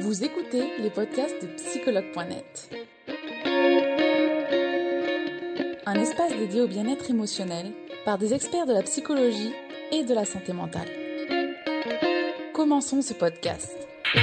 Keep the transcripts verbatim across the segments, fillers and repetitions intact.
Vous écoutez les podcasts de psychologue point net. Un espace dédié au bien-être émotionnel par des experts de la psychologie et de la santé mentale. Commençons ce podcast.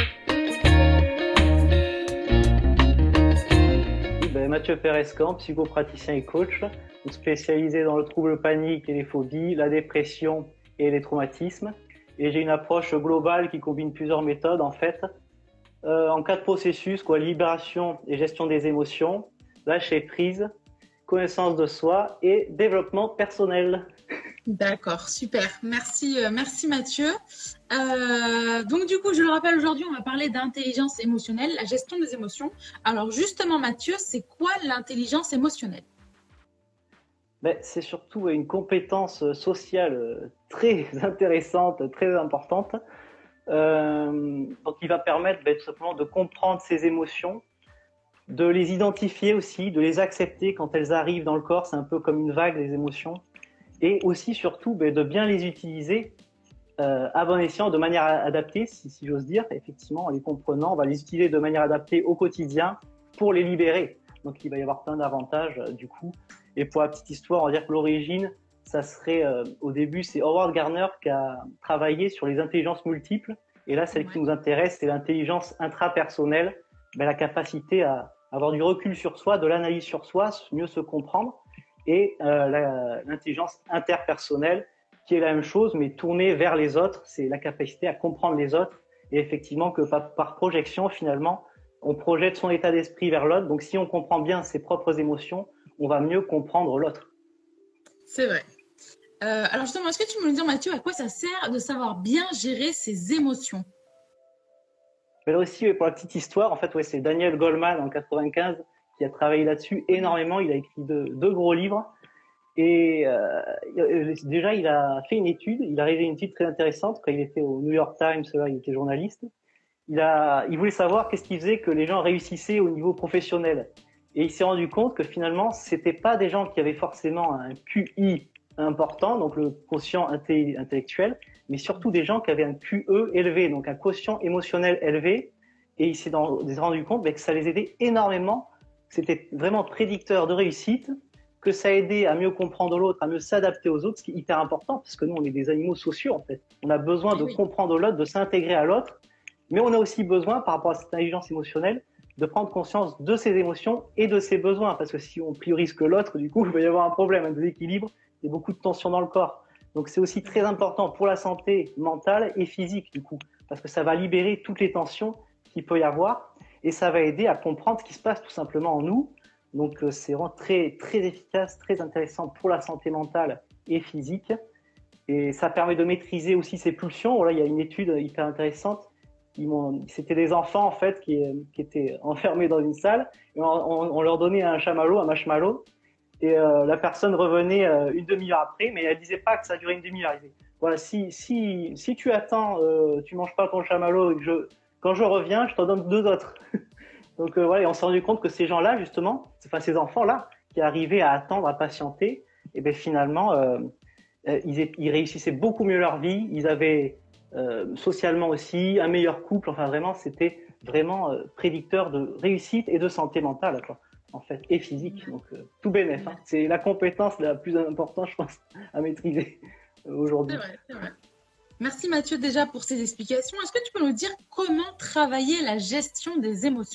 Ben, Mathieu Perescan, psychopraticien et coach, spécialisé dans le trouble panique et les phobies, la dépression et les traumatismes. Et j'ai une approche globale qui combine plusieurs méthodes en fait, euh, en quatre processus, quoi, libération et gestion des émotions, lâcher prise, connaissance de soi et développement personnel. D'accord, super. Merci, euh, merci Mathieu. Euh, donc du coup, je le rappelle, aujourd'hui, on va parler d'intelligence émotionnelle, la gestion des émotions. Alors justement, Mathieu, c'est quoi l'intelligence émotionnelle ? Ben, c'est surtout une compétence sociale très intéressante, très importante, euh, donc qui va permettre ben, tout simplement de comprendre ses émotions, de les identifier aussi, de les accepter quand elles arrivent dans le corps. C'est un peu comme une vague, les émotions. Et aussi, surtout, ben, de bien les utiliser euh, à bon escient, de manière adaptée, si, si j'ose dire. Effectivement, en les comprenant, on va les utiliser de manière adaptée au quotidien pour les libérer. Donc, il va y avoir plein d'avantages, euh, du coup. Et pour la petite histoire, on va dire que l'origine, ça serait, euh, au début, c'est Howard Gardner qui a travaillé sur les intelligences multiples. Et là, celle ouais. qui nous intéresse, c'est l'intelligence intrapersonnelle, ben, la capacité à avoir du recul sur soi, de l'analyse sur soi, mieux se comprendre. Et euh, la, l'intelligence interpersonnelle, qui est la même chose, mais tournée vers les autres. C'est la capacité à comprendre les autres. Et effectivement, que par, par projection, finalement, on projette son état d'esprit vers l'autre. Donc, si on comprend bien ses propres émotions, on va mieux comprendre l'autre. C'est vrai. Euh, alors justement, est-ce que tu peux nous dire, Mathieu, à quoi ça sert de savoir bien gérer ses émotions ? Mais là aussi, pour la petite histoire, en fait, ouais, c'est Daniel Goleman en quatre-vingt-quinze qui a travaillé là-dessus énormément. Il a écrit deux, deux gros livres. Et euh, déjà, il a fait une étude. Il a réalisé une étude très intéressante quand il était au New York Times. Là, il était journaliste. Il a, il voulait savoir qu'est-ce qui faisait que les gens réussissaient au niveau professionnel. Et il s'est rendu compte que finalement, c'était pas des gens qui avaient forcément un Q I important, donc le quotient inté- intellectuel, mais surtout des gens qui avaient un Q E élevé, donc un quotient émotionnel élevé. Et il s'est, dans, il s'est rendu compte que ça les aidait énormément. C'était vraiment prédicteur de réussite, que ça aidait à mieux comprendre l'autre, à mieux s'adapter aux autres, ce qui est hyper important, parce que nous, on est des animaux sociaux, en fait. On a besoin de oui. comprendre l'autre, de s'intégrer à l'autre, mais on a aussi besoin, par rapport à cette intelligence émotionnelle, de prendre conscience de ses émotions et de ses besoins, parce que si on priorise que l'autre, du coup, il va y avoir un problème, un déséquilibre et beaucoup de tension dans le corps. Donc, c'est aussi très important pour la santé mentale et physique, du coup, parce que ça va libérer toutes les tensions qu'il peut y avoir et ça va aider à comprendre ce qui se passe tout simplement en nous. Donc, c'est vraiment très, très efficace, très intéressant pour la santé mentale et physique. Et ça permet de maîtriser aussi ses pulsions. Voilà, il y a une étude hyper intéressante. Ils m'ont, c'était des enfants en fait qui, qui étaient enfermés dans une salle et on, on, on leur donnait un chamallow, un marshmallow et euh, la personne revenait euh, une demi-heure après, mais elle disait pas que ça durait une demi-heure. Elle disait, voilà, si si si tu attends, euh, tu manges pas ton chamallow et que je quand je reviens, je t'en donne deux autres. Donc euh, voilà, et on s'est rendu compte que ces gens-là justement, enfin ces enfants-là qui arrivaient à attendre, à patienter, et ben finalement euh, ils, ils réussissaient beaucoup mieux leur vie, ils avaient Euh, socialement aussi, un meilleur couple, enfin vraiment, c'était vraiment euh, prédicteur de réussite et de santé mentale, quoi, en fait, et physique, donc euh, tout bénef. Hein. C'est la compétence la plus importante, je pense, à maîtriser euh, aujourd'hui. C'est vrai, c'est vrai. Merci Mathieu déjà pour ces explications. Est-ce que tu peux nous dire comment travailler la gestion des émotions ?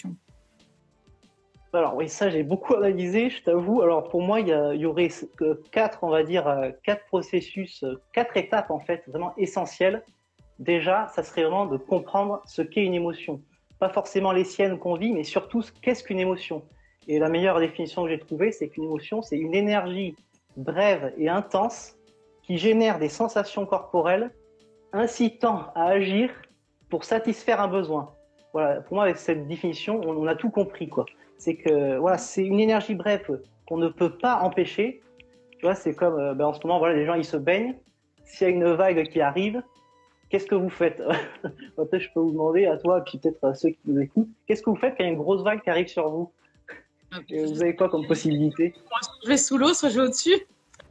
Alors oui, ça j'ai beaucoup analysé, je t'avoue. Alors pour moi, il y, a, il y aurait quatre, on va dire, quatre processus, quatre étapes en fait, vraiment essentielles. Déjà, ça serait vraiment de comprendre ce qu'est une émotion. Pas forcément les siennes qu'on vit, mais surtout, qu'est-ce qu'une émotion ? Et la meilleure définition que j'ai trouvée, c'est qu'une émotion, c'est une énergie brève et intense qui génère des sensations corporelles incitant à agir pour satisfaire un besoin. Voilà, pour moi, avec cette définition, on, on a tout compris, quoi. C'est que, voilà, c'est une énergie brève qu'on ne peut pas empêcher. Tu vois, c'est comme, euh, ben, en ce moment, voilà, les gens, ils se baignent. S'il y a une vague qui arrive, qu'est-ce que vous faites ? Peut-être je peux vous demander à toi, puis peut-être à ceux qui nous écoutent, qu'est-ce que vous faites quand il y a une grosse vague qui arrive sur vous ? Et vous avez quoi comme possibilité ? Soit je vais sous l'eau, soit je vais au-dessus.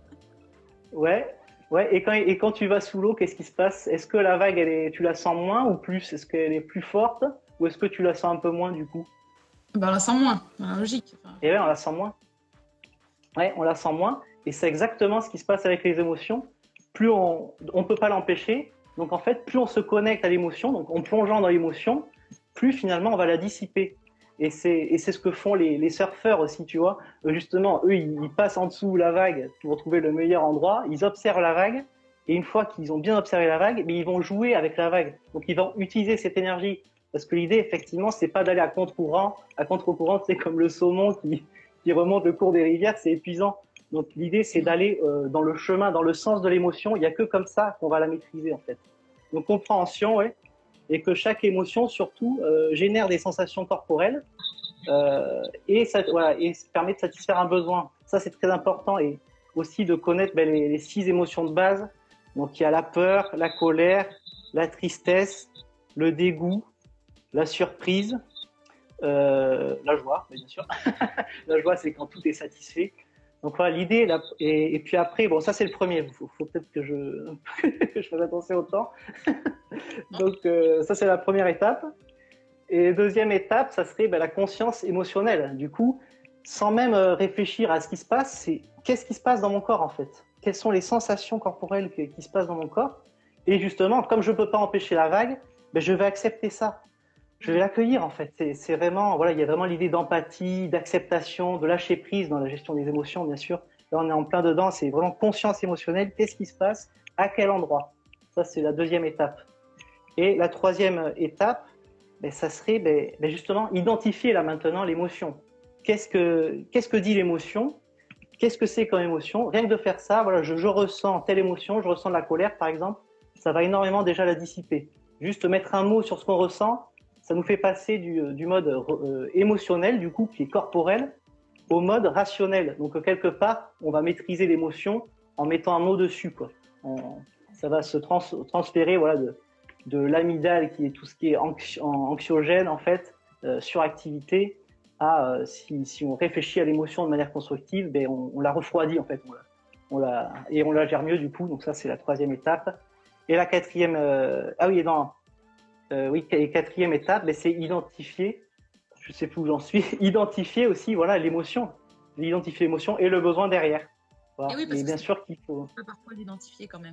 Ouais, ouais. Et quand, et quand tu vas sous l'eau, qu'est-ce qui se passe ? Est-ce que la vague, elle est, tu la sens moins ou plus ? Est-ce qu'elle est plus forte ? ou est-ce que tu la sens un peu moins du coup? Ben, on la sent moins, ben, logique. Enfin... Et ouais, on la sent moins. Ouais, on la sent moins. Et c'est exactement ce qui se passe avec les émotions. Plus on ne peut pas l'empêcher. Donc en fait, plus on se connecte à l'émotion, donc en plongeant dans l'émotion, plus finalement on va la dissiper. Et c'est, et c'est ce que font les, les surfeurs aussi, tu vois. Justement, eux, ils, ils passent en dessous la vague pour trouver le meilleur endroit. Ils observent la vague. Et une fois qu'ils ont bien observé la vague, mais ils vont jouer avec la vague. Donc ils vont utiliser cette énergie. Parce que l'idée, effectivement, c'est pas d'aller à contre-courant. À contre-courant, c'est comme le saumon qui, qui remonte le cours des rivières, c'est épuisant. Donc l'idée, c'est d'aller euh, dans le chemin, dans le sens de l'émotion. Il n'y a que comme ça qu'on va la maîtriser, en fait. Donc compréhension, ouais. Et que chaque émotion, surtout, euh, génère des sensations corporelles euh, et, ça, voilà, et permet de satisfaire un besoin. Ça, c'est très important. Et aussi de connaître ben, les, les six émotions de base. Donc il y a la peur, la colère, la tristesse, le dégoût, la surprise, euh, la joie, bien sûr. La joie, c'est quand tout est satisfait. Donc voilà, l'idée, là, et, et puis après, bon, ça c'est le premier. Il faut, faut peut-être que je, que je fasse attention au temps. Donc euh, ça c'est la première étape. Et deuxième étape, ça serait ben, la conscience émotionnelle. Du coup, sans même euh, réfléchir à ce qui se passe, c'est qu'est-ce qui se passe dans mon corps en fait? Quelles sont les sensations corporelles qui, qui se passent dans mon corps? Et justement, comme je ne peux pas empêcher la vague, ben, je vais accepter ça. Je vais l'accueillir en fait. C'est, c'est vraiment, voilà, il y a vraiment l'idée d'empathie, d'acceptation, de lâcher prise dans la gestion des émotions, bien sûr. Là, on est en plein dedans. C'est vraiment conscience émotionnelle. Qu'est-ce qui se passe? À quel endroit? Ça, c'est la deuxième étape. Et la troisième étape, ben, ça serait ben, ben justement identifier là maintenant l'émotion. Qu'est-ce que, qu'est-ce que dit l'émotion? Qu'est-ce que c'est comme émotion? Rien que de faire ça, voilà, je, je ressens telle émotion, je ressens de la colère par exemple, ça va énormément déjà la dissiper. Juste mettre un mot sur ce qu'on ressent, ça nous fait passer du, du mode euh, émotionnel, du coup, qui est corporel, au mode rationnel. Donc, quelque part, on va maîtriser l'émotion en mettant un mot dessus, quoi. On, ça va se trans, transférer, voilà, de, de l'amygdale, qui est tout ce qui est anxi, anxiogène, en fait, euh, suractivité, à, euh, si, si on réfléchit à l'émotion de manière constructive, ben, on, on la refroidit, en fait. On la, on la, et on la gère mieux, du coup. Donc, ça, c'est la troisième étape. Et la quatrième, euh, ah oui, non, Euh, oui, et quatrième étape, ben, c'est identifier, je sais plus où j'en suis, identifier aussi voilà, l'émotion, identifier l'émotion et le besoin derrière. Voilà. Et oui, parce et que bien sûr qu'il faut. On peut parfois l'identifier quand même.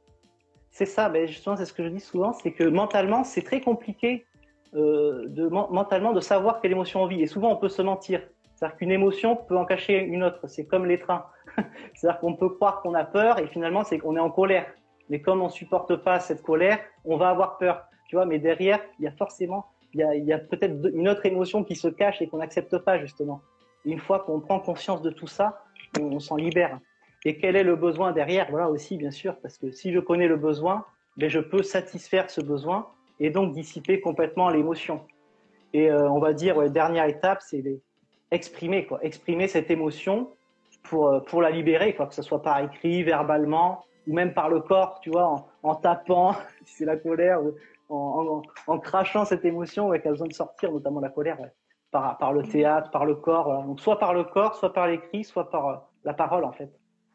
C'est ça, ben, justement, c'est ce que je dis souvent, c'est que mentalement, c'est très compliqué euh, de, mentalement de savoir quelle émotion on vit. Et souvent, on peut se mentir. C'est-à-dire qu'une émotion peut en cacher une autre. C'est comme les trains. C'est-à-dire qu'on peut croire qu'on a peur et finalement, c'est qu'on est en colère. Mais comme on supporte pas cette colère, on va avoir peur. Tu vois, mais derrière, il y a forcément, il y a, il y a peut-être une autre émotion qui se cache et qu'on n'accepte pas, justement. Et une fois qu'on prend conscience de tout ça, on, on s'en libère. Et quel est le besoin derrière? Voilà aussi, bien sûr, parce que si je connais le besoin, ben je peux satisfaire ce besoin et donc dissiper complètement l'émotion. Et euh, on va dire, ouais, dernière étape, c'est les, exprimer, quoi. Exprimer cette émotion pour, pour la libérer, quoi, que ce soit par écrit, verbalement, ou même par le corps, tu vois, en, en tapant, si c'est la colère, ou En, en, en crachant cette émotion ouais, qui a besoin de sortir, notamment la colère, ouais, par, par le théâtre, par le corps. Voilà. Donc, soit par le corps, soit par l'écrit, soit par euh, la parole, en fait.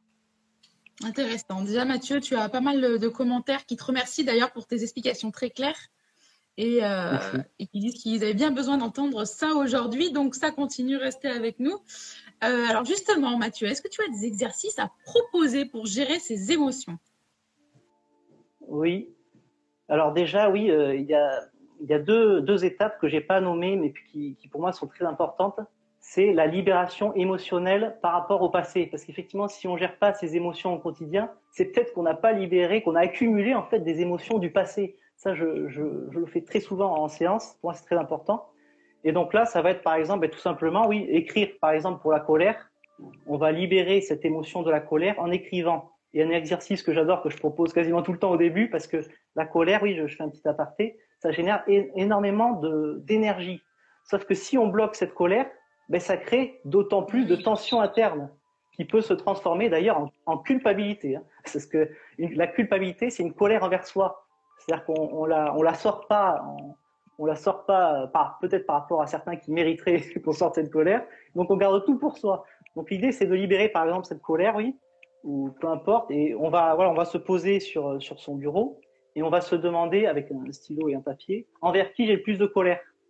Intéressant. Déjà, Mathieu, tu as pas mal de commentaires qui te remercient d'ailleurs pour tes explications très claires et, euh, et qui disent qu'ils avaient bien besoin d'entendre ça aujourd'hui. Donc, ça continue, restez avec nous. Euh, alors, justement, Mathieu, est-ce que tu as des exercices à proposer pour gérer ces émotions? Oui. Alors déjà, oui, euh, il y a, il y a deux, deux étapes que j'ai pas nommées, mais qui, qui pour moi sont très importantes. C'est la libération émotionnelle par rapport au passé. Parce qu'effectivement, si on gère pas ces émotions au quotidien, c'est peut-être qu'on n'a pas libéré, qu'on a accumulé en fait des émotions du passé. Ça, je, je, je le fais très souvent en séance. Pour moi, c'est très important. Et donc là, ça va être par exemple, tout simplement, oui, écrire. Par exemple, pour la colère, on va libérer cette émotion de la colère en écrivant. Il y a un exercice que j'adore, que je propose quasiment tout le temps au début, parce que la colère, oui, je, je fais un petit aparté, ça génère é- énormément de, d'énergie. Sauf que si on bloque cette colère, ben, ça crée d'autant plus de tension interne, qui peut se transformer d'ailleurs en, en culpabilité. Hein. Parce que une, la culpabilité, c'est une colère envers soi. C'est-à-dire qu'on on la, on la sort pas, on, on la sort pas, par, peut-être par rapport à certains qui mériteraient qu'on sorte cette colère. Donc on garde tout pour soi. Donc l'idée, c'est de libérer, par exemple, cette colère, oui, ou peu importe, et on va, voilà, on va se poser sur, sur son bureau et on va se demander avec un stylo et un papier envers qui j'ai le plus de colère.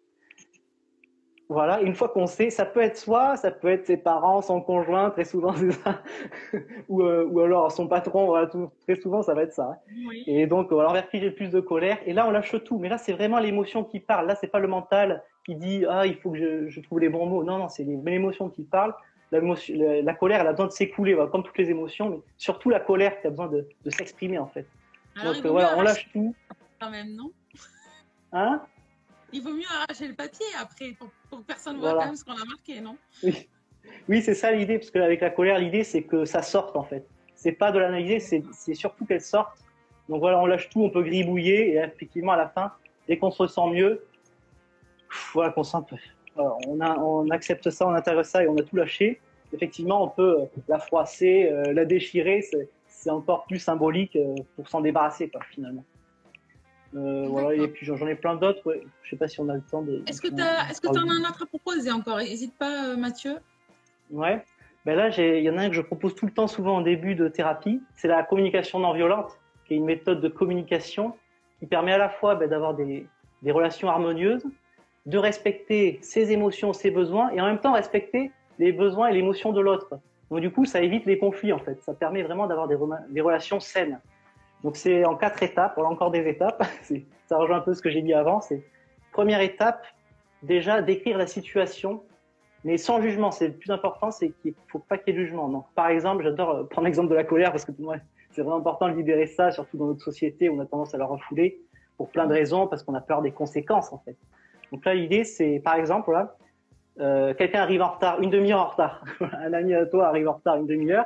Voilà, une fois qu'on sait, ça peut être soi, ça peut être ses parents, son conjoint, très souvent c'est ça, ou, euh, ou alors son patron, voilà, tout, très souvent ça va être ça. Hein. Oui. Et donc, alors vers qui j'ai le plus de colère, et là on lâche tout, mais là c'est vraiment l'émotion qui parle, là c'est pas le mental qui dit ah il faut que je, je trouve les bons mots, non non c'est l'émotion qui parle, la, la, la colère elle a besoin de s'écouler, voilà, comme toutes les émotions, mais surtout la colère qui a besoin de, de s'exprimer en fait. Alors, donc euh, voilà, on lâche tout. Quand même, non? Hein? Il vaut mieux arracher le papier après, pour, pour que personne ne voilà. voit quand même ce qu'on a marqué, non? Oui, oui c'est ça l'idée, parce qu'avec la colère, l'idée c'est que ça sorte en fait. C'est pas de l'analyser, c'est, c'est surtout qu'elle sorte. Donc voilà, on lâche tout, on peut gribouiller, et effectivement à la fin, dès qu'on se ressent mieux, voilà, qu'on sent, voilà, on, a, on accepte ça, on intègre ça et on a tout lâché. Effectivement, on peut la froisser, euh, la déchirer, c'est, c'est encore plus symbolique euh, pour s'en débarrasser quoi, finalement. Euh, voilà, et puis j'en ai plein d'autres. Ouais. Je sais pas si on a le temps de. Est-ce que tu as, est-ce que tu en as un autre à proposer encore? N'hésite pas, euh, Mathieu. Ouais. Ben là, il y en a un que je propose tout le temps, souvent en début de thérapie. C'est la communication non violente, qui est une méthode de communication qui permet à la fois ben, d'avoir des, des relations harmonieuses, de respecter ses émotions, ses besoins, et en même temps respecter les besoins et l'émotion de l'autre. Donc du coup, ça évite les conflits en fait. Ça permet vraiment d'avoir des, des relations saines. Donc c'est en quatre étapes, on a encore des étapes, c'est, ça rejoint un peu ce que j'ai dit avant, c'est première étape, déjà décrire la situation, mais sans jugement, c'est le plus important, c'est qu'il ne faut pas qu'il y ait de jugement. Donc, par exemple, j'adore prendre l'exemple de la colère, parce que pour moi, c'est vraiment important de libérer ça, surtout dans notre société où on a tendance à la refouler, pour plein de raisons, parce qu'on a peur des conséquences en fait. Donc là, l'idée c'est, par exemple, là, euh, quelqu'un arrive en retard, une demi-heure en retard, un ami à toi arrive en retard une demi-heure,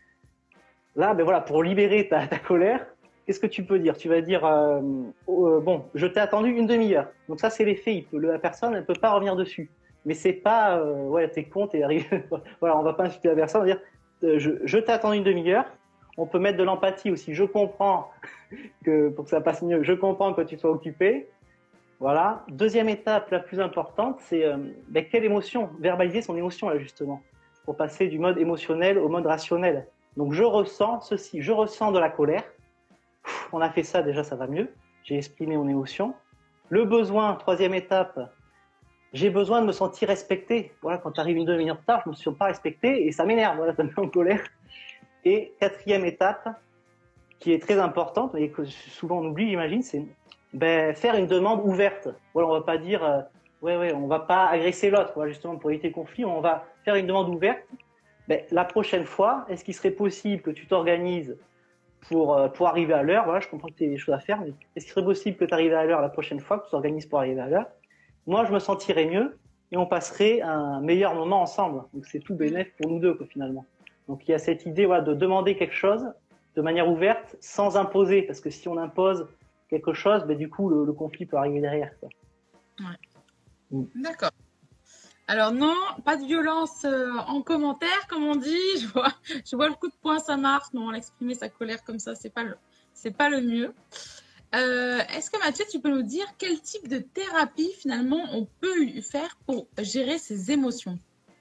là, ben voilà, pour libérer ta, ta colère, qu'est-ce que tu peux dire? Tu vas dire, euh, euh, bon, je t'ai attendu une demi-heure. Donc ça, c'est les faits. Il peut, la personne, elle peut pas revenir dessus. Mais c'est pas, euh, ouais, t'es con, t'es arrivé. Voilà, on va pas insulter la personne. On va dire, euh, je, je t'ai attendu une demi-heure. On peut mettre de l'empathie aussi. Je comprends que pour que ça passe mieux, je comprends que tu sois occupé. Voilà. Deuxième étape, la plus importante, c'est euh, ben, quelle émotion? Verbaliser son émotion là justement, pour passer du mode émotionnel au mode rationnel. Donc je ressens ceci, je ressens de la colère. On a fait ça, déjà ça va mieux. J'ai exprimé mon émotion. Le besoin, troisième étape, j'ai besoin de me sentir respecté. Voilà, quand tu arrives une demi-heure de retard, je ne me sens pas respecté et ça m'énerve, voilà, ça me met en colère. Et quatrième étape, qui est très importante, mais que souvent on oublie, j'imagine, c'est ben, faire une demande ouverte. Voilà, on ne va pas dire, euh, ouais, ouais, on ne va pas agresser l'autre, voilà, justement pour éviter le conflit, on va faire une demande ouverte. Ben, la prochaine fois, est-ce qu'il serait possible que tu t'organises Pour, euh, pour arriver à l'heure? Voilà, je comprends que tu as des choses à faire, mais est-ce qu'il serait possible que tu arrives à l'heure la prochaine fois, que tu t'organises pour arriver à l'heure? Moi, je me sentirais mieux et on passerait un meilleur moment ensemble. Donc, c'est tout bénéfique pour nous deux, quoi, finalement. Donc, il y a cette idée voilà, de demander quelque chose de manière ouverte, sans imposer, parce que si on impose quelque chose, ben, du coup, le, le conflit peut arriver derrière, quoi. Ouais. Mm. D'accord. Alors non, pas de violence euh, en commentaire, comme on dit. Je vois, je vois le coup de poing, ça marche. Non, exprimer sa colère comme ça, c'est pas le, c'est pas le mieux. Euh, est-ce que Mathieu, tu peux nous dire quel type de thérapie finalement on peut faire pour gérer ses émotions?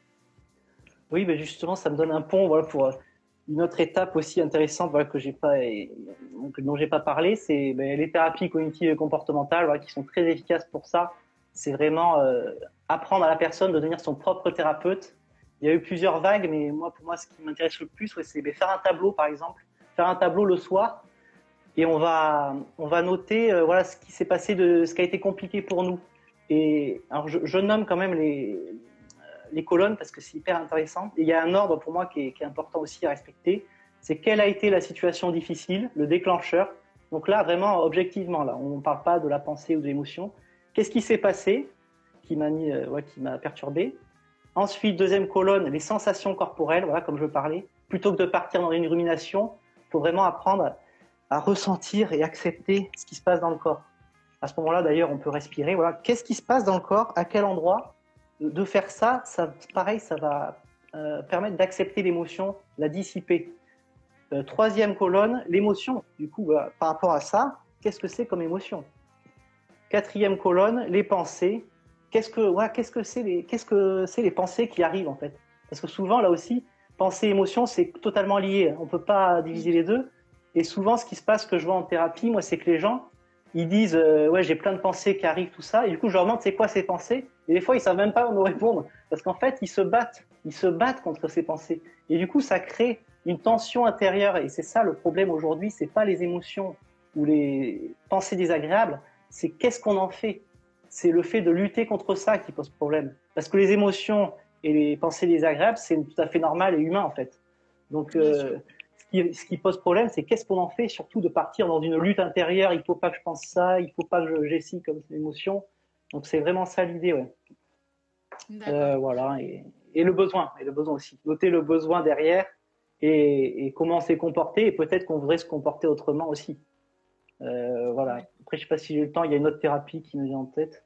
Oui, ben justement, ça me donne un pont, voilà, pour une autre étape aussi intéressante, voilà, que j'ai pas, dont j'ai pas parlé, c'est ben, les thérapies cognitives et comportementales, voilà, qui sont très efficaces pour ça. C'est vraiment euh, apprendre à la personne de devenir son propre thérapeute. Il y a eu plusieurs vagues, mais moi, pour moi, ce qui m'intéresse le plus, ouais, c'est faire un tableau, par exemple, faire un tableau le soir, et on va, on va noter, euh, voilà, ce qui s'est passé, de, ce qui a été compliqué pour nous. Et alors, je, je nomme quand même les, les colonnes parce que c'est hyper intéressant. Et il y a un ordre pour moi qui est, qui est important aussi à respecter. C'est quelle a été la situation difficile, le déclencheur. Donc là, vraiment, objectivement, là, on ne parle pas de la pensée ou de l'émotion. Qu'est-ce qui s'est passé qui m'a mis, euh, ouais, qui m'a perturbé. Ensuite, deuxième colonne, les sensations corporelles, voilà, comme je parlais. Plutôt que de partir dans une rumination, il faut vraiment apprendre à ressentir et accepter ce qui se passe dans le corps. À ce moment-là, d'ailleurs, on peut respirer. Voilà, qu'est-ce qui se passe dans le corps? À quel endroit? De faire ça, ça, pareil, ça va euh, permettre d'accepter l'émotion, la dissiper. Euh, troisième colonne, l'émotion. Du coup, voilà, par rapport à ça, qu'est-ce que c'est comme émotion? Quatrième colonne, les pensées. Qu'est-ce que, voilà, qu'est-ce que c'est les, qu'est-ce que c'est les pensées qui arrivent en fait? Parce que souvent, là aussi, pensée et émotion, c'est totalement lié. On peut pas diviser les deux. Et souvent, ce qui se passe, que je vois en thérapie, moi, c'est que les gens, ils disent euh, ouais, j'ai plein de pensées qui arrivent, tout ça, et du coup je leur demande c'est quoi ces pensées, et des fois ils savent même pas nous répondre parce qu'en fait ils se battent, ils se battent contre ces pensées, et du coup ça crée une tension intérieure, et c'est ça le problème aujourd'hui, c'est pas les émotions ou les pensées désagréables, c'est qu'est-ce qu'on en fait. C'est le fait de lutter contre ça qui pose problème, parce que les émotions et les pensées désagréables c'est tout à fait normal et humain en fait. Donc euh, ce, qui, ce qui pose problème, c'est qu'est-ce qu'on en fait, surtout de partir dans une lutte intérieure, il faut pas que je pense ça, il faut pas que j'ai ci comme émotion. Donc c'est vraiment ça l'idée, ouais. Euh, voilà, et, et le besoin, et le besoin aussi. Noter le besoin derrière et, et comment on s'est comporté, et peut-être qu'on voudrait se comporter autrement aussi. Euh, voilà. Après, je sais pas si j'ai le temps, il y a une autre thérapie qui me vient en tête.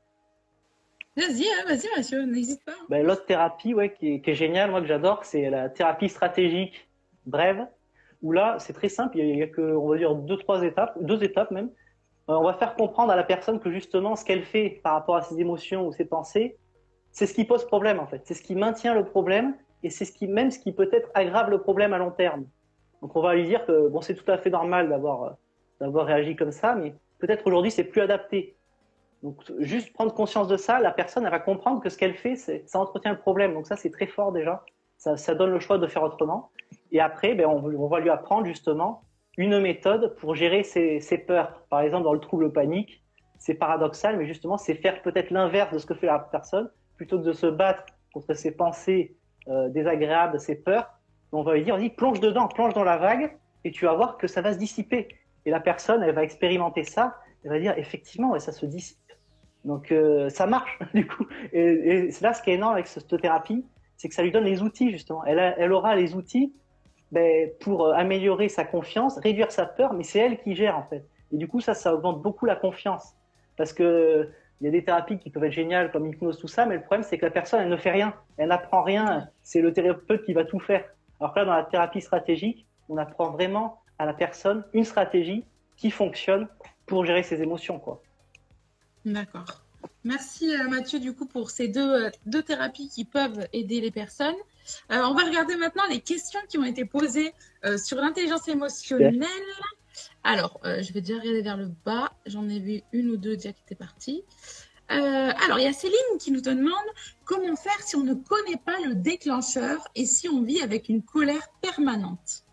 Vas-y, hein, vas-y, monsieur, n'hésite pas. Ben, l'autre thérapie, ouais, qui est, qui est géniale, moi que j'adore, c'est la thérapie stratégique brève, où là, c'est très simple, il y a, il y a que, on va dire, deux, trois étapes, deux étapes même. Euh, on va faire comprendre à la personne que justement, ce qu'elle fait par rapport à ses émotions ou ses pensées, c'est ce qui pose problème, en fait. C'est ce qui maintient le problème, et c'est ce qui, même ce qui peut-être aggrave le problème à long terme. Donc, on va lui dire que, bon, c'est tout à fait normal d'avoir, d'avoir réagi comme ça, mais peut-être aujourd'hui, c'est plus adapté. Donc, juste prendre conscience de ça, la personne, elle va comprendre que ce qu'elle fait, c'est, ça entretient le problème. Donc ça, c'est très fort déjà. Ça, ça donne le choix de faire autrement. Et après, ben, on, on va lui apprendre justement une méthode pour gérer ses, ses peurs. Par exemple, dans le trouble panique, c'est paradoxal, mais justement, c'est faire peut-être l'inverse de ce que fait la personne. Plutôt que de se battre contre ses pensées euh, désagréables, ses peurs, on va lui dire, vas-y, plonge dedans, plonge dans la vague, et tu vas voir que ça va se dissiper. Et la personne, elle va expérimenter ça, elle va dire, effectivement, ouais, ça se dissipe. Donc euh, ça marche du coup, et, et c'est là ce qui est énorme avec cette thérapie, c'est que ça lui donne les outils justement. Elle, a, elle aura les outils ben, pour euh, améliorer sa confiance, réduire sa peur, mais c'est elle qui gère en fait. Et du coup ça, ça augmente beaucoup la confiance, parce que il y a des thérapies qui peuvent être géniales comme l'hypnose, tout ça, mais le problème c'est que la personne elle ne fait rien, elle n'apprend rien, c'est le thérapeute qui va tout faire. Alors que là dans la thérapie stratégique, on apprend vraiment à la personne une stratégie qui fonctionne pour gérer ses émotions quoi. D'accord. Merci euh, Mathieu du coup pour ces deux, euh, deux thérapies qui peuvent aider les personnes. Euh, on va regarder maintenant les questions qui ont été posées euh, sur l'intelligence émotionnelle. Alors, euh, je vais déjà regarder vers le bas. J'en ai vu une ou deux déjà qui étaient parties. Euh, alors, il y a Céline qui nous demande comment faire si on ne connaît pas le déclencheur et si on vit avec une colère permanente.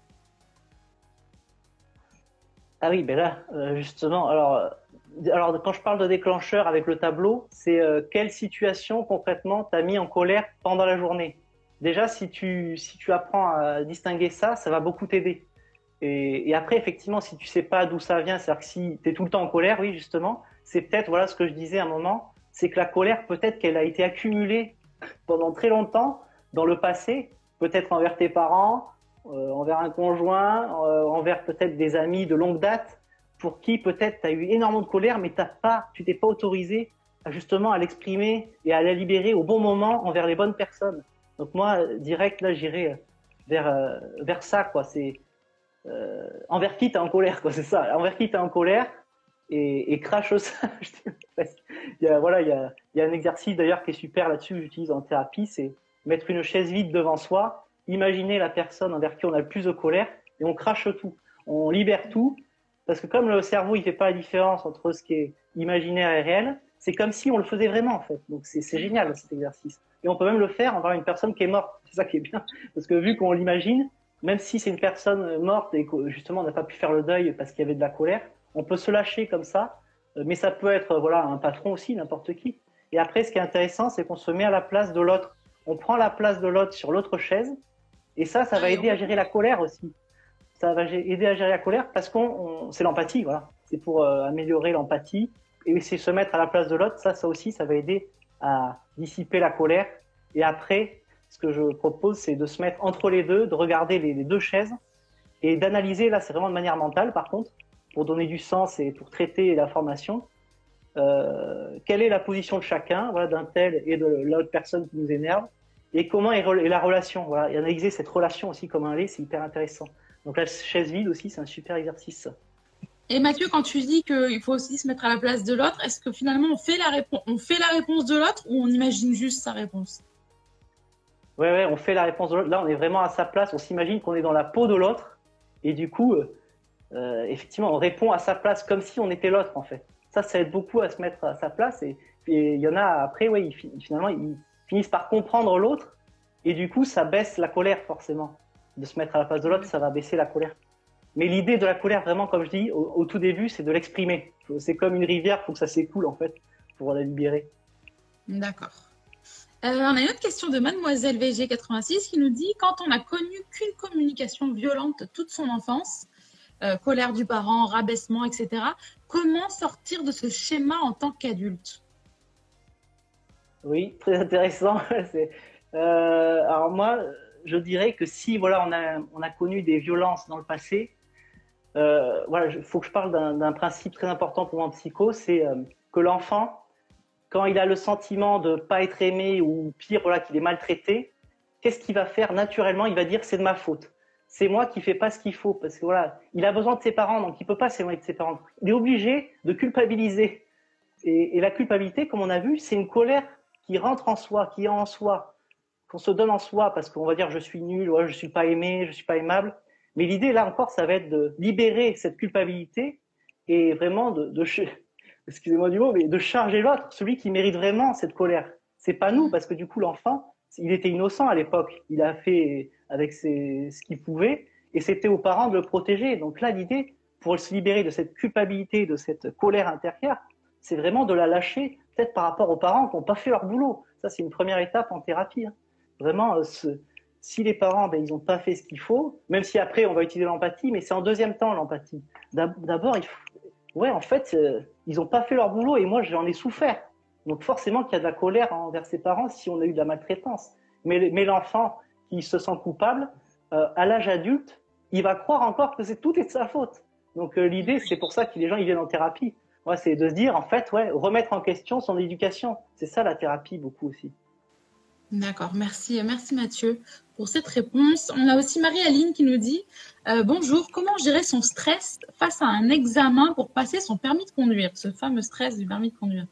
Ah oui, ben là, euh, justement, alors... Alors, quand je parle de déclencheur avec le tableau, c'est euh, quelle situation concrètement t'a mis en colère pendant la journée. Déjà, si tu, si tu apprends à distinguer ça, ça va beaucoup t'aider. Et, et après, effectivement, si tu sais pas d'où ça vient, c'est-à-dire que si tu es tout le temps en colère, oui, justement, c'est peut-être, voilà ce que je disais à un moment, c'est que la colère, peut-être qu'elle a été accumulée pendant très longtemps dans le passé, peut-être envers tes parents, euh, envers un conjoint, euh, envers peut-être des amis de longue date, pour qui peut-être tu as eu énormément de colère, mais t'as pas, tu t'es pas autorisé à, justement à l'exprimer et à la libérer au bon moment envers les bonnes personnes. Donc moi, direct, là, j'irai vers, euh, vers ça, quoi. C'est euh, envers qui t'es en colère, quoi. C'est ça. Envers qui t'es en colère et, et crache ça. il y a, voilà, il y a, il y a un exercice d'ailleurs qui est super là-dessus que j'utilise en thérapie, c'est mettre une chaise vide devant soi, imaginer la personne envers qui on a le plus de colère et on crache tout. On libère tout. Parce que comme le cerveau, il fait pas la différence entre ce qui est imaginaire et réel, c'est comme si on le faisait vraiment, en fait. Donc, c'est, c'est génial, cet exercice. Et on peut même le faire envers une personne qui est morte. C'est ça qui est bien. Parce que vu qu'on l'imagine, même si c'est une personne morte et que, justement, on n'a pas pu faire le deuil parce qu'il y avait de la colère, on peut se lâcher comme ça. Mais ça peut être, voilà, un patron aussi, n'importe qui. Et après, ce qui est intéressant, c'est qu'on se met à la place de l'autre. On prend la place de l'autre sur l'autre chaise. Et ça, ça va aider à gérer la colère aussi. Ça va aider à gérer la colère parce qu'on, on, c'est l'empathie, voilà. C'est pour euh, améliorer l'empathie et c'est se mettre à la place de l'autre. Ça, ça aussi, ça va aider à dissiper la colère. Et après, ce que je propose, c'est de se mettre entre les deux, de regarder les, les deux chaises et d'analyser. Là, c'est vraiment de manière mentale, par contre, pour donner du sens et pour traiter l'information. Euh, quelle est la position de chacun, voilà, d'un tel et de l'autre personne qui nous énerve et comment est, est la relation. Voilà, et analyser cette relation aussi comme un lait, c'est hyper intéressant. Donc la chaise vide aussi, c'est un super exercice. Et Mathieu, quand tu dis qu'il faut aussi se mettre à la place de l'autre, est-ce que finalement on fait la réponse, on fait la réponse de l'autre ou on imagine juste sa réponse? Ouais, ouais, on fait la réponse de l'autre. Là, on est vraiment à sa place. On s'imagine qu'on est dans la peau de l'autre et du coup, euh, effectivement, on répond à sa place comme si on était l'autre en fait. Ça, ça aide beaucoup à se mettre à sa place. Et et il y en a après, ouais, ils, finalement, ils finissent par comprendre l'autre. Et du coup, ça baisse la colère, forcément. De se mettre à la place de l'autre, ça va baisser la colère. Mais l'idée de la colère, vraiment, comme je dis, au, au tout début, c'est de l'exprimer. C'est comme une rivière, il faut que ça s'écoule, en fait, pour la libérer. D'accord. Euh, on a une autre question de Mademoiselle V G quatre-vingt-six qui nous dit « Quand on n'a connu qu'une communication violente toute son enfance, euh, colère du parent, rabaissement, et cetera, comment sortir de ce schéma en tant qu'adulte ?» Oui, très intéressant. C'est, euh, alors moi, je dirais que si voilà, on a, on a connu des violences dans le passé, euh, voilà, il faut que je parle d'un, d'un principe très important pour moi en psycho, c'est euh, que l'enfant, quand il a le sentiment de pas être aimé ou pire, voilà, qu'il est maltraité, qu'est-ce qu'il va faire naturellement? Il va dire c'est de ma faute. C'est moi qui fais pas ce qu'il faut parce que voilà, il a besoin de ses parents, donc il peut pas s'éloigner de ses parents. Il est obligé de culpabiliser. Et, et la culpabilité, comme on a vu, c'est une colère qui rentre en soi, qui est en soi, qu'on se donne en soi parce qu'on va dire je suis nul, ouais, je suis pas aimé, je suis pas aimable. Mais l'idée là encore, ça va être de libérer cette culpabilité et vraiment de, de excusez-moi du mot, mais de charger l'autre, celui qui mérite vraiment cette colère. C'est pas nous, parce que du coup, l'enfant, il était innocent à l'époque. Il a fait avec ses, ce qu'il pouvait, et c'était aux parents de le protéger. Donc là, l'idée, pour se libérer de cette culpabilité, de cette colère intérieure, c'est vraiment de la lâcher, peut-être par rapport aux parents qui n'ont pas fait leur boulot. Ça, c'est une première étape en thérapie. Hein. Vraiment, euh, ce, si les parents, ben, ils n'ont pas fait ce qu'il faut, même si après, on va utiliser l'empathie, mais c'est en deuxième temps, l'empathie. D'abord, il faut ouais, en fait, euh, ils n'ont pas fait leur boulot et moi, j'en ai souffert. Donc forcément qu'il y a de la colère envers ses parents si on a eu de la maltraitance. Mais, mais l'enfant qui se sent coupable, euh, à l'âge adulte, il va croire encore que c'est tout est de sa faute. Donc euh, l'idée, c'est pour ça que les gens ils viennent en thérapie. Ouais, c'est de se dire, en fait, ouais, remettre en question son éducation. C'est ça la thérapie, beaucoup aussi. D'accord, merci, merci Mathieu pour cette réponse. On a aussi Marie-Aline qui nous dit euh, « Bonjour, comment gérer son stress face à un examen pour passer son permis de conduire ?» Ce fameux stress du permis de conduire.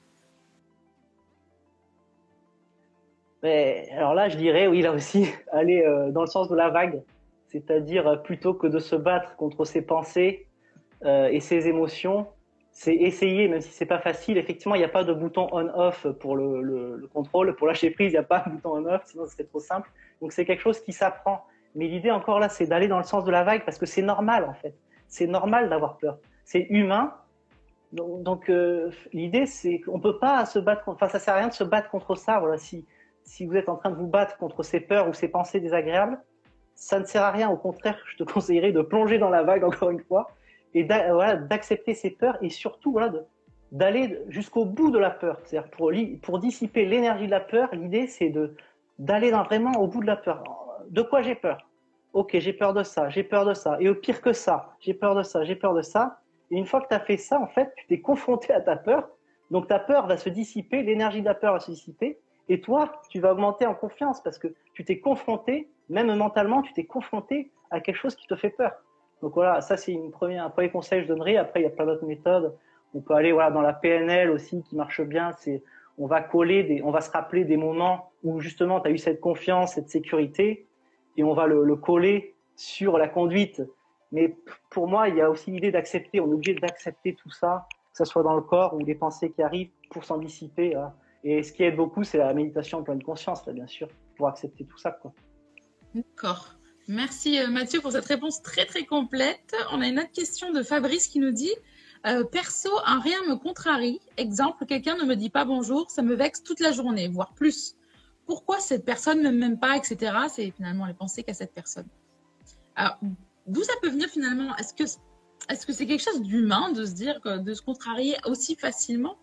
Mais, alors là, je dirais, oui, là aussi, aller euh, dans le sens de la vague. C'est-à-dire, euh, plutôt que de se battre contre ses pensées euh, et ses émotions, c'est essayer, même si c'est pas facile. Effectivement, il n'y a pas de bouton on-off pour le, le, le contrôle. Pour lâcher prise, il n'y a pas de bouton on-off, sinon ce serait trop simple. Donc c'est quelque chose qui s'apprend. Mais l'idée encore là, c'est d'aller dans le sens de la vague parce que c'est normal en fait. C'est normal d'avoir peur. C'est humain. Donc, donc euh, l'idée, c'est qu'on peut pas se battre. Enfin, ça sert à rien de se battre contre ça. Voilà, si si vous êtes en train de vous battre contre ces peurs ou ces pensées désagréables, ça ne sert à rien. Au contraire, je te conseillerais de plonger dans la vague encore une fois. Et d'a, voilà, d'accepter ses peurs et surtout voilà, de, d'aller jusqu'au bout de la peur. C'est-à-dire pour, pour dissiper l'énergie de la peur, l'idée c'est de, d'aller dans, vraiment au bout de la peur. De quoi j'ai peur? Ok, j'ai peur de ça, j'ai peur de ça. Et au pire que ça, j'ai peur de ça, j'ai peur de ça. Et une fois que tu as fait ça, en fait, tu t'es confronté à ta peur. Donc ta peur va se dissiper, l'énergie de la peur va se dissiper. Et toi, tu vas augmenter en confiance parce que tu t'es confronté, même mentalement, tu t'es confronté à quelque chose qui te fait peur. Donc voilà, ça c'est une première, un premier conseil que je donnerais. Après, il y a plein d'autres méthodes. On peut aller voilà dans la P N L aussi qui marche bien. C'est on va coller, des, on va se rappeler des moments où justement tu as eu cette confiance, cette sécurité, et on va le, le coller sur la conduite. Mais pour moi, il y a aussi l'idée d'accepter. On est obligé d'accepter tout ça, que ce soit dans le corps ou les pensées qui arrivent pour s'en dissiper. Hein. Et ce qui aide beaucoup, c'est la méditation en pleine conscience, là, bien sûr, pour accepter tout ça, quoi. D'accord. Merci Mathieu pour cette réponse très très complète. On a une autre question de Fabrice qui nous dit euh, « Perso, un rien me contrarie. Exemple, quelqu'un ne me dit pas bonjour, ça me vexe toute la journée, voire plus. Pourquoi cette personne ne m'aime pas, et cetera » C'est finalement les pensées qu'a cette personne. Alors, d'où ça peut venir finalement? Est-ce que est-ce que c'est quelque chose d'humain de se dire, que, de se contrarier aussi facilement?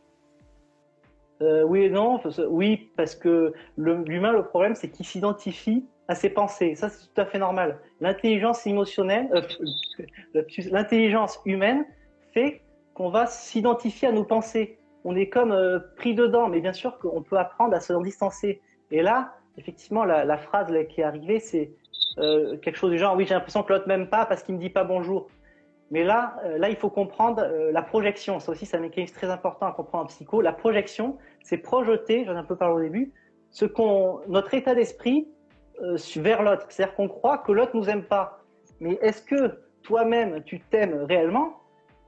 euh, Oui et non. Oui, parce que le, l'humain, le problème, c'est qu'il s'identifie à ses pensées. Ça, c'est tout à fait normal. L'intelligence émotionnelle, euh, l'intelligence humaine fait qu'on va s'identifier à nos pensées. On est comme euh, pris dedans, mais bien sûr qu'on peut apprendre à se distancer. Et là, effectivement, la, la phrase là, qui est arrivée, c'est euh, quelque chose du genre, oui, j'ai l'impression que l'autre m'aime pas parce qu'il me dit pas bonjour. Mais là, euh, là, il faut comprendre euh, la projection. Ça aussi, c'est un mécanisme très important à comprendre en psycho. La projection, c'est projeter, j'en ai un peu parlé au début, ce qu'on, notre état d'esprit euh, vers l'autre. C'est-à-dire qu'on croit que l'autre nous aime pas. Mais est-ce que toi-même, tu t'aimes réellement?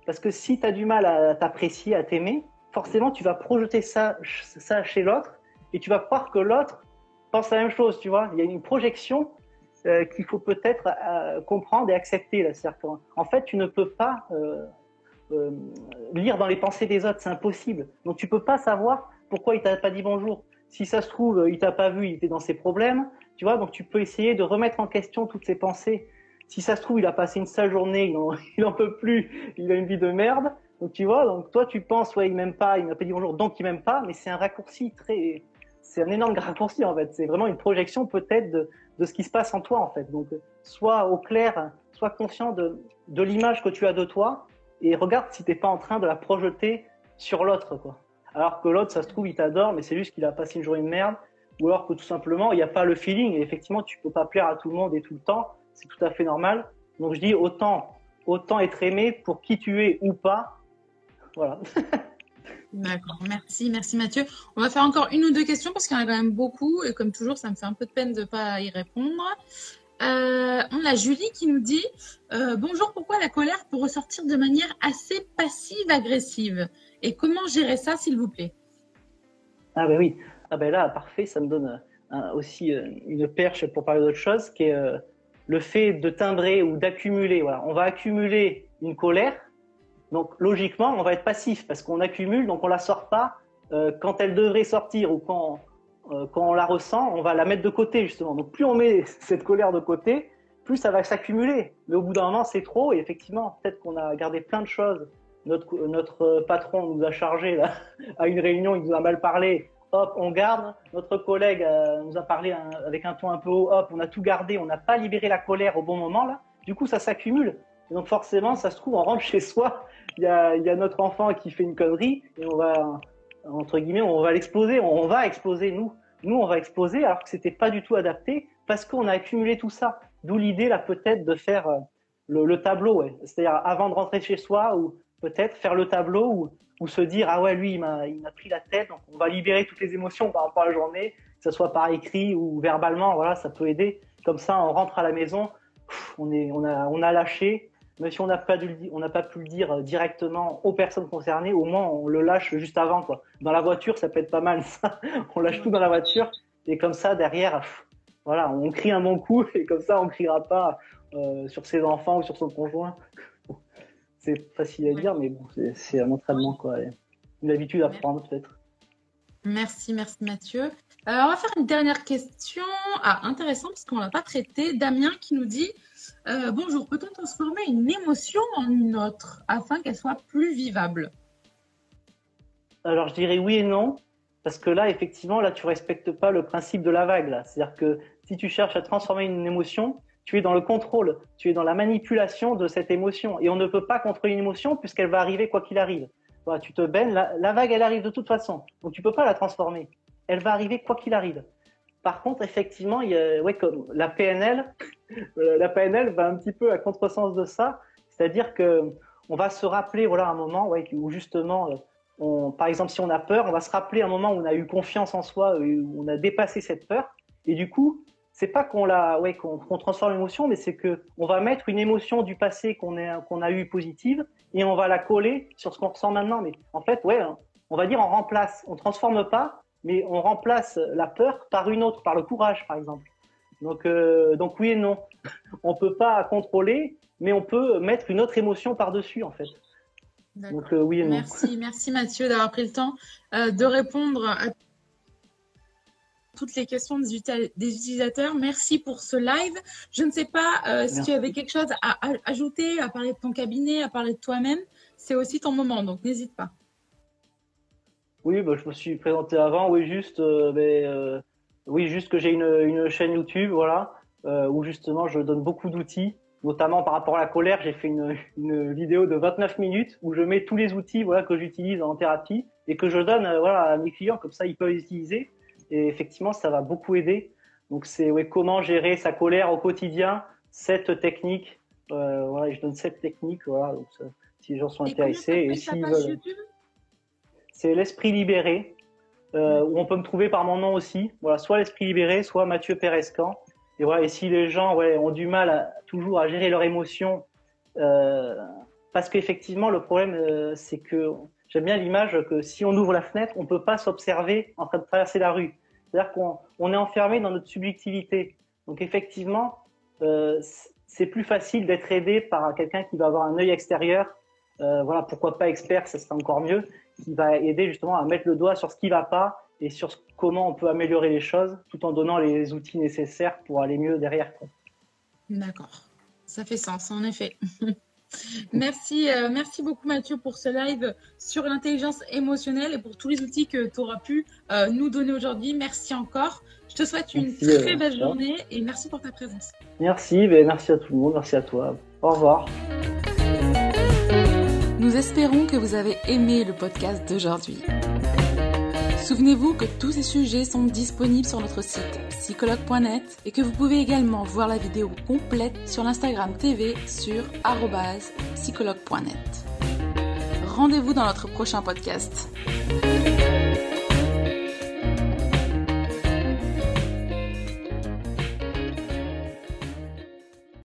Parce que si tu as du mal à t'apprécier, à t'aimer, forcément, tu vas projeter ça, ça chez l'autre et tu vas croire que l'autre pense la même chose, tu vois. Il y a une projection euh, qu'il faut peut-être euh, comprendre et accepter. Là. C'est-à-dire qu'en fait, tu ne peux pas euh, euh, lire dans les pensées des autres, c'est impossible. Donc, tu peux pas savoir pourquoi il t'a pas dit bonjour. Si ça se trouve, il t'a pas vu, il était dans ses problèmes, tu vois. Donc, tu peux essayer de remettre en question toutes ses pensées. Si ça se trouve, il a passé une sale journée, il en, il en peut plus, il a une vie de merde. Donc, tu vois, donc toi, tu penses, ouais, il m'aime pas, il m'a pas dit bonjour, donc il m'aime pas, mais c'est un raccourci très, c'est un énorme raccourci, en fait. C'est vraiment une projection, peut-être, de, de ce qui se passe en toi, en fait. Donc, sois au clair, sois conscient de, de l'image que tu as de toi et regarde si t'es pas en train de la projeter sur l'autre, quoi. Alors que l'autre, ça se trouve, il t'adore, mais c'est juste qu'il a passé une journée de merde, ou alors que tout simplement, il n'y a pas le feeling, et effectivement, tu peux pas plaire à tout le monde et tout le temps. C'est tout à fait normal. Donc je dis autant, autant être aimé pour qui tu es ou pas. Voilà. D'accord, merci, merci Mathieu. On va faire encore une ou deux questions parce qu'il y en a quand même beaucoup et comme toujours, ça me fait un peu de peine de ne pas y répondre. Euh, on a Julie qui nous dit euh, bonjour, pourquoi la colère peut ressortir de manière assez passive-agressive et comment gérer ça, s'il vous plaît? Ah ben oui, ah ben là, parfait, ça me donne euh, aussi euh, une perche pour parler d'autre chose qui est euh, le fait de timbrer ou d'accumuler. Voilà, on va accumuler une colère, donc logiquement, on va être passif parce qu'on accumule, donc on la sort pas euh, quand elle devrait sortir ou quand euh, quand on la ressent, on va la mettre de côté justement. Donc plus on met cette colère de côté, plus ça va s'accumuler. Mais au bout d'un moment, c'est trop et effectivement, peut-être qu'on a gardé plein de choses. Notre notre patron nous a chargé là à une réunion, il nous a mal parlé. Hop, on garde. Notre collègue euh, nous a parlé un, avec un ton un peu haut. Hop, on a tout gardé. On n'a pas libéré la colère au bon moment là. Du coup, ça s'accumule. Et donc forcément, ça se trouve, on rentre chez soi. Il y a, il y a notre enfant qui fait une connerie et on va, entre guillemets, on va l'exploser. On va exploser nous. Nous, on va exploser alors que c'était pas du tout adapté parce qu'on a accumulé tout ça. D'où l'idée là peut-être de faire euh, le, le tableau. Ouais. C'est-à-dire avant de rentrer chez soi ou peut-être faire le tableau ou ou se dire ah ouais lui il m'a il m'a pris la tête, donc on va libérer toutes les émotions par rapport à la journée, que ce soit par écrit ou verbalement, voilà, ça peut aider. Comme ça on rentre à la maison, pff, on est on a on a lâché, même si on n'a pas dû on n'a pas pu le dire directement aux personnes concernées, au moins on le lâche juste avant quoi. Dans la voiture ça peut être pas mal ça, on lâche tout dans la voiture et comme ça derrière pff, voilà on crie un bon coup et comme ça on criera pas euh, sur ses enfants ou sur son conjoint. C'est facile à dire, mais bon, c'est, c'est un entraînement, quoi. Une habitude à prendre, peut-être. Merci, merci Mathieu. Alors, on va faire une dernière question. Ah, intéressant, parce qu'on ne l'a pas traité. Damien qui nous dit euh, bonjour, peut-on transformer une émotion en une autre afin qu'elle soit plus vivable? Alors, je dirais oui et non, parce que là, effectivement, là, tu respectes pas le principe de la vague, là. C'est-à-dire que si tu cherches à transformer une émotion, tu es dans le contrôle, tu es dans la manipulation de cette émotion. Et on ne peut pas contrôler une émotion puisqu'elle va arriver quoi qu'il arrive. Voilà, tu te baignes, la, la vague, elle arrive de toute façon. Donc, tu peux pas la transformer. Elle va arriver quoi qu'il arrive. Par contre, effectivement, il y a, ouais, comme la P N L, la P N L va un petit peu à contresens de ça. C'est-à-dire que on va se rappeler, voilà, un moment, ouais, où justement, on, par exemple, si on a peur, on va se rappeler un moment où on a eu confiance en soi, où on a dépassé cette peur. Et du coup, c'est pas qu'on la, ouais, qu'on, qu'on transforme l'émotion, mais c'est que on va mettre une émotion du passé qu'on a, qu'on a eu positive et on va la coller sur ce qu'on ressent maintenant. Mais en fait, ouais, on va dire on remplace, on transforme pas, mais on remplace la peur par une autre, par le courage, par exemple. Donc, euh, donc oui et non. On peut pas contrôler, mais on peut mettre une autre émotion par-dessus, en fait. D'accord. Donc euh, oui et non. Merci, merci Mathieu d'avoir pris le temps euh, de répondre à toutes les questions des, uti- des utilisateurs. Merci pour ce live. Je ne sais pas euh, si tu avais quelque chose à, à ajouter, à parler de ton cabinet, à parler de toi-même. C'est aussi ton moment, donc n'hésite pas. Oui, bah, je me suis présenté avant. Oui, juste, euh, mais, euh, oui, juste que j'ai une, une chaîne YouTube, voilà, euh, où justement je donne beaucoup d'outils, notamment par rapport à la colère. J'ai fait une, une vidéo de vingt-neuf minutes où je mets tous les outils, voilà, que j'utilise en thérapie et que je donne, euh, voilà, à mes clients, comme ça ils peuvent les utiliser. Et effectivement, ça va beaucoup aider. Donc, c'est ouais, comment gérer sa colère au quotidien, sept techniques. Euh, voilà, je donne sept techniques, voilà, donc ça, si les gens sont et intéressés. Et s'ils veulent... YouTube c'est l'Esprit Libéré, euh, où on peut me trouver par mon nom aussi. Voilà, soit l'Esprit Libéré, soit Mathieu Perescan. Et voilà, et si les gens ouais, ont du mal à, toujours à gérer leurs émotions, euh, parce qu'effectivement, le problème, euh, c'est que j'aime bien l'image que si on ouvre la fenêtre, on peut pas s'observer en train de traverser la rue. C'est-à-dire qu'on on est enfermé dans notre subjectivité. Donc effectivement, euh, c'est plus facile d'être aidé par quelqu'un qui va avoir un œil extérieur. Euh, voilà, pourquoi pas expert, ça serait encore mieux, qui va aider justement à mettre le doigt sur ce qui va pas et sur ce, comment on peut améliorer les choses, tout en donnant les outils nécessaires pour aller mieux derrière, quoi. D'accord, ça fait sens en effet. Merci, euh, merci beaucoup Mathieu pour ce live sur l'intelligence émotionnelle et pour tous les outils que tu auras pu euh, nous donner aujourd'hui. Merci encore. Je te souhaite une merci, très euh, belle journée et merci pour ta présence. Merci, ben merci à tout le monde, merci à toi. Au revoir. Nous espérons que vous avez aimé le podcast d'aujourd'hui. Souvenez-vous que tous ces sujets sont disponibles sur notre site psychologue point net et que vous pouvez également voir la vidéo complète sur l'Instagram T V sur arobase psychologue point net. Rendez-vous dans notre prochain podcast.